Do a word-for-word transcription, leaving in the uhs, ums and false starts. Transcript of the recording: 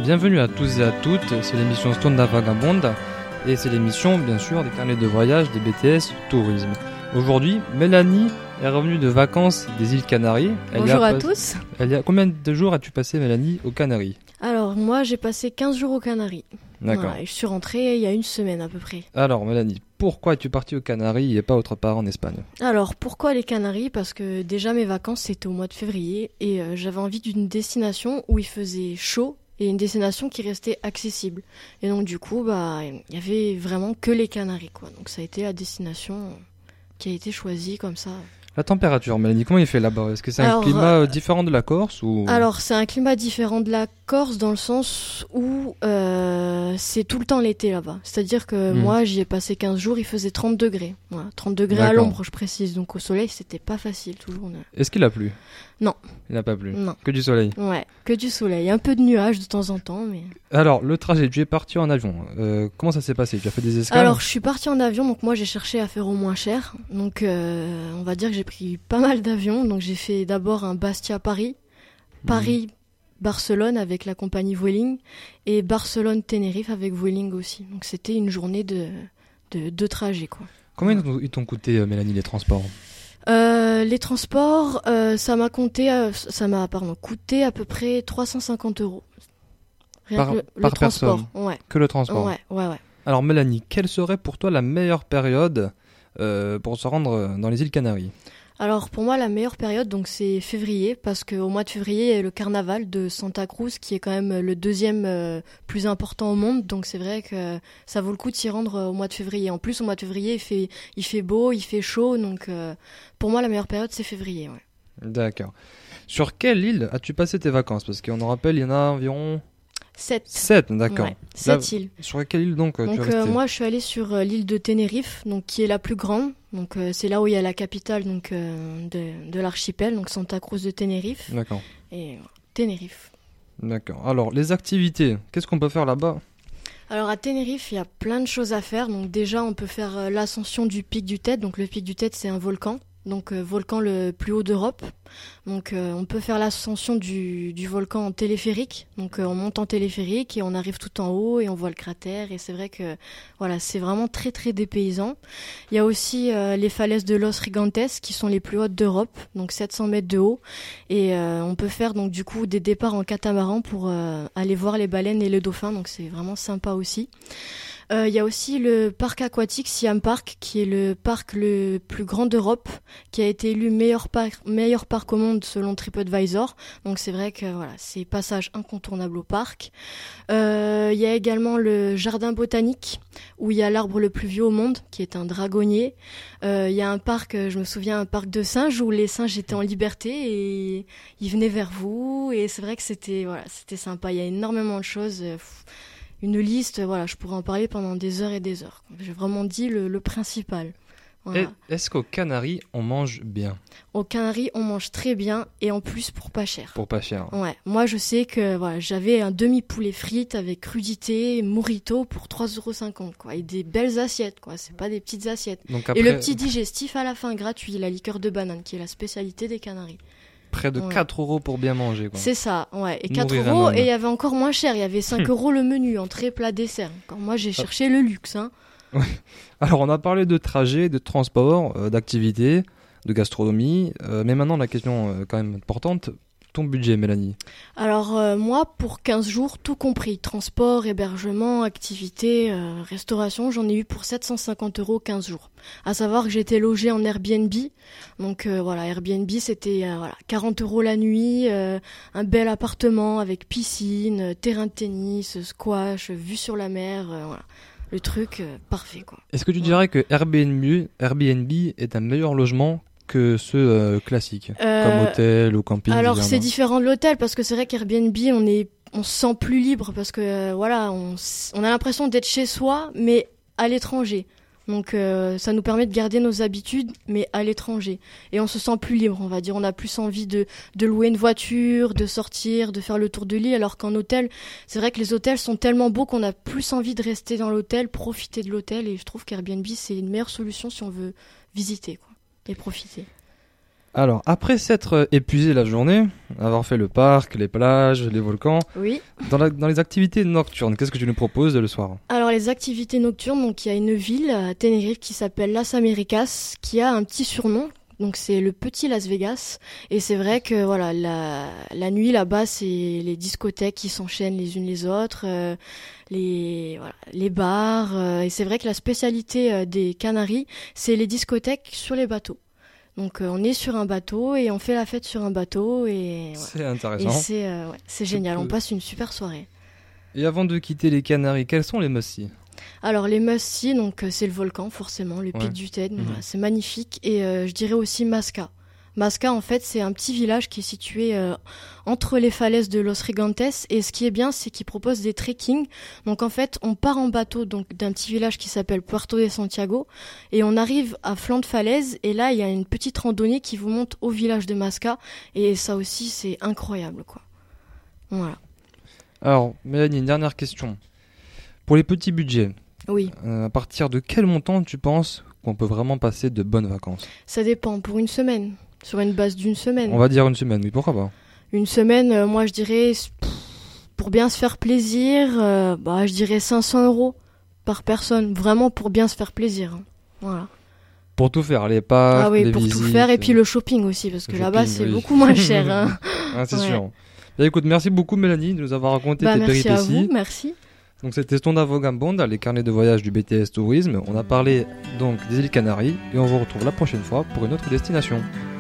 Bienvenue à tous et à toutes, c'est l'émission Stonda Vagabonda et c'est l'émission bien sûr des carnets de voyage des B T S Tourisme. Aujourd'hui, Mélanie est revenue de vacances des îles Canaries. Elle Bonjour à pas... tous. Elle y a... Combien de jours as-tu passé, Mélanie, aux Canaries ? Alors moi j'ai passé quinze jours aux Canaries. D'accord. Voilà, et je suis rentrée il y a une semaine à peu près. Alors Mélanie, pourquoi es-tu partie aux Canaries et pas autre part en Espagne ? Alors pourquoi les Canaries ? Parce que déjà mes vacances c'était au mois de février et euh, j'avais envie d'une destination où il faisait chaud et une destination qui restait accessible. Et donc du coup bah il y avait vraiment que les Canaries quoi. Donc ça a été la destination qui a été choisie comme ça. La température, Mélanie, comment il fait là-bas ? Est-ce que c'est Alors, un climat euh, différent de la Corse ou... Alors c'est un climat différent de la Corse dans le sens où euh, c'est tout le temps l'été là-bas. C'est-à-dire que Mmh. moi j'y ai passé quinze jours, il faisait trente degrés. Voilà, trente degrés à D'accord. l'ombre je précise, donc au soleil c'était pas facile toujours. Ne- Est-ce qu'il a plu ? Non. Il n'a pas plu. Non. Que du soleil. Ouais, que du soleil, un peu de nuages de temps en temps. mais. Alors, le trajet, tu es parti en avion. Euh, comment ça s'est passé ? Tu as fait des escales ? Alors je suis partie en avion, donc moi j'ai cherché à faire au moins cher. Donc euh, on va dire que j'ai pris pas mal d'avions. Donc j'ai fait d'abord un Bastia-Paris, Paris-Barcelone avec la compagnie Vueling et Barcelone-Tenerife avec Vueling aussi. Donc c'était une journée de, de, de trajet quoi. Combien ils t'ont coûté, euh, Mélanie, les transports ? Euh, les transports, euh, ça m'a compté, euh, ça m'a pardon, coûté à peu près trois cent cinquante euros. Rien Par- que le, le par transport. personne. Ouais. Que le transport. Ouais, ouais, ouais. Alors, Mélanie, quelle serait pour toi la meilleure période euh, pour se rendre euh, dans les îles Canaries ? Alors pour moi la meilleure période donc c'est février parce qu'au mois de février il y a le carnaval de Santa Cruz qui est quand même le deuxième euh, plus important au monde, donc c'est vrai que ça vaut le coup de s'y rendre euh, au mois de février. En plus au mois de février il fait, il fait beau, il fait chaud, donc euh, pour moi la meilleure période c'est février. Ouais. D'accord. Sur quelle île as-tu passé tes vacances ? Parce qu'on en rappelle, il y en a environ Sept. sept, d'accord. Ouais, sept Là, îles. sur quelle île donc, euh, Donc tu es resté ? euh, moi je suis allée sur euh, l'île de Tenerife, donc qui est la plus grande. Donc euh, c'est là où il y a la capitale donc euh, de, de l'archipel, donc Santa Cruz de Tenerife. D'accord. Et voilà, Tenerife. D'accord. Alors, les activités, qu'est-ce qu'on peut faire là-bas ? Alors à Tenerife, il y a plein de choses à faire. Donc déjà, on peut faire euh, l'ascension du pic du Teide. Donc le pic du Teide, c'est un volcan. Donc euh, volcan le plus haut d'Europe. Donc euh, on peut faire l'ascension du, du volcan en téléphérique. Donc euh, on monte en téléphérique et on arrive tout en haut et on voit le cratère. Et c'est vrai que voilà, c'est vraiment très très dépaysant. Il y a aussi euh, les falaises de Los Gigantes qui sont les plus hautes d'Europe. Donc sept cents mètres de haut. Et euh, on peut faire donc du coup des départs en catamaran pour euh, aller voir les baleines et les dauphins. Donc c'est vraiment sympa aussi. Il euh, y a aussi le parc aquatique Siam Park, qui est le parc le plus grand d'Europe, qui a été élu meilleur, par- meilleur parc au monde selon TripAdvisor. Donc c'est vrai que voilà, c'est passage incontournable au parc. Il euh, y a également le jardin botanique, où il y a l'arbre le plus vieux au monde, qui est un dragonnier. Il euh, y a un parc, je me souviens, un parc de singes, où les singes étaient en liberté et ils venaient vers vous. Et c'est vrai que c'était, voilà, c'était sympa. Il y a énormément de choses. Euh, Une liste, voilà, je pourrais en parler pendant des heures et des heures. J'ai vraiment dit le, le principal. Voilà. Et est-ce qu'aux Canaries, on mange bien ? Aux Canaries, on mange très bien et en plus pour pas cher. Pour pas cher. Ouais, moi je sais que voilà, j'avais un demi-poulet frites avec crudité, morito pour trois euros cinquante quoi, et des belles assiettes quoi, c'est pas des petites assiettes. Donc après, Et le petit digestif à la fin gratuit, la liqueur de banane qui est la spécialité des Canaries. près de Ouais. quatre euros pour bien manger, quoi. C'est ça, ouais. Et quatre Nourrir un euros, homme. et il y avait encore moins cher. Il y avait cinq euros le menu, entrée, plat, dessert. Quand moi, j'ai cherché le luxe. Hein. Alors, on a parlé de trajet, de transport, euh, d'activité, de gastronomie. Euh, mais maintenant, la question euh, quand même importante, ton budget, Mélanie. Alors, euh, moi, pour quinze jours, tout compris. Transport, hébergement, activité, euh, restauration, j'en ai eu pour sept cent cinquante euros quinze jours. À savoir que j'étais logée en Airbnb. Donc euh, voilà, Airbnb, c'était euh, voilà, quarante euros la nuit, euh, un bel appartement avec piscine, euh, terrain de tennis, squash, vue sur la mer, euh, voilà. Le truc euh, parfait, quoi. Est-ce que tu Ouais. dirais que Airbnb, Airbnb est un meilleur logement que ceux euh, classiques, Euh, comme hôtel ou camping? Alors évidemment. c'est différent de l'hôtel parce que c'est vrai qu'Airbnb on est on se sent plus libre parce que euh, voilà on, s- on a l'impression d'être chez soi mais à l'étranger. Donc euh, ça nous permet de garder nos habitudes mais à l'étranger et on se sent plus libre, on va dire, on a plus envie de de louer une voiture, de sortir, de faire le tour de l'île, alors qu'en hôtel, c'est vrai que les hôtels sont tellement beaux qu'on a plus envie de rester dans l'hôtel, profiter de l'hôtel, et je trouve qu'Airbnb c'est une meilleure solution si on veut visiter quoi et profiter. Alors, après s'être épuisé la journée, avoir fait le parc, les plages, les volcans, Oui. dans, la- dans les activités nocturnes, qu'est-ce que tu nous proposes le soir? Alors les activités nocturnes, donc il y a une ville à Tenerife qui s'appelle Las Américas, qui a un petit surnom. Donc c'est le petit Las Vegas. Et c'est vrai que voilà, la, la nuit là-bas, c'est les discothèques qui s'enchaînent les unes les autres, euh, les, voilà, les bars. euh, et c'est vrai que la spécialité euh, des Canaries, c'est les discothèques sur les bateaux. Donc euh, on est sur un bateau et on fait la fête sur un bateau et, voilà. C'est Et intéressant. c'est euh, ouais, c'est génial, peux- on passe une super soirée. Et avant de quitter les Canaries, quels sont les must-see? Alors les must-see, donc euh, c'est le volcan forcément, le Ouais. pic du Teide, Mhm. voilà, c'est magnifique. Et euh, je dirais aussi Masca. Masca en fait c'est un petit village qui est situé euh, entre les falaises de Los Gigantes et ce qui est bien c'est qu'il propose des trekking. Donc en fait on part en bateau donc d'un petit village qui s'appelle Puerto de Santiago et on arrive à flanc de falaise et là il y a une petite randonnée qui vous monte au village de Masca et ça aussi c'est incroyable quoi. Voilà. Alors, Mélanie, une dernière question. Pour les petits budgets, Oui, euh, à partir de quel montant tu penses qu'on peut vraiment passer de bonnes vacances? ça dépend pour une semaine, sur une base d'une semaine. On va dire une semaine, oui, pourquoi pas? Une semaine, euh, moi je dirais, pff, pour bien se faire plaisir, euh, bah, je dirais cinq cents euros par personne, vraiment pour bien se faire plaisir. hein. Voilà. Pour tout faire, les parcs, ah oui, les pour visites, tout faire, et puis euh, le shopping aussi, parce le que là-bas shopping, c'est oui. beaucoup moins cher. hein. Ah, c'est Ouais. sûr. Bien, écoute, merci beaucoup Mélanie de nous avoir raconté Bah, tes merci à péripéties. vous, merci. Donc c'était Stonda Vagabonda, les carnets de voyage du B T S Tourisme. On a parlé donc des îles Canaries et on vous retrouve la prochaine fois pour une autre destination.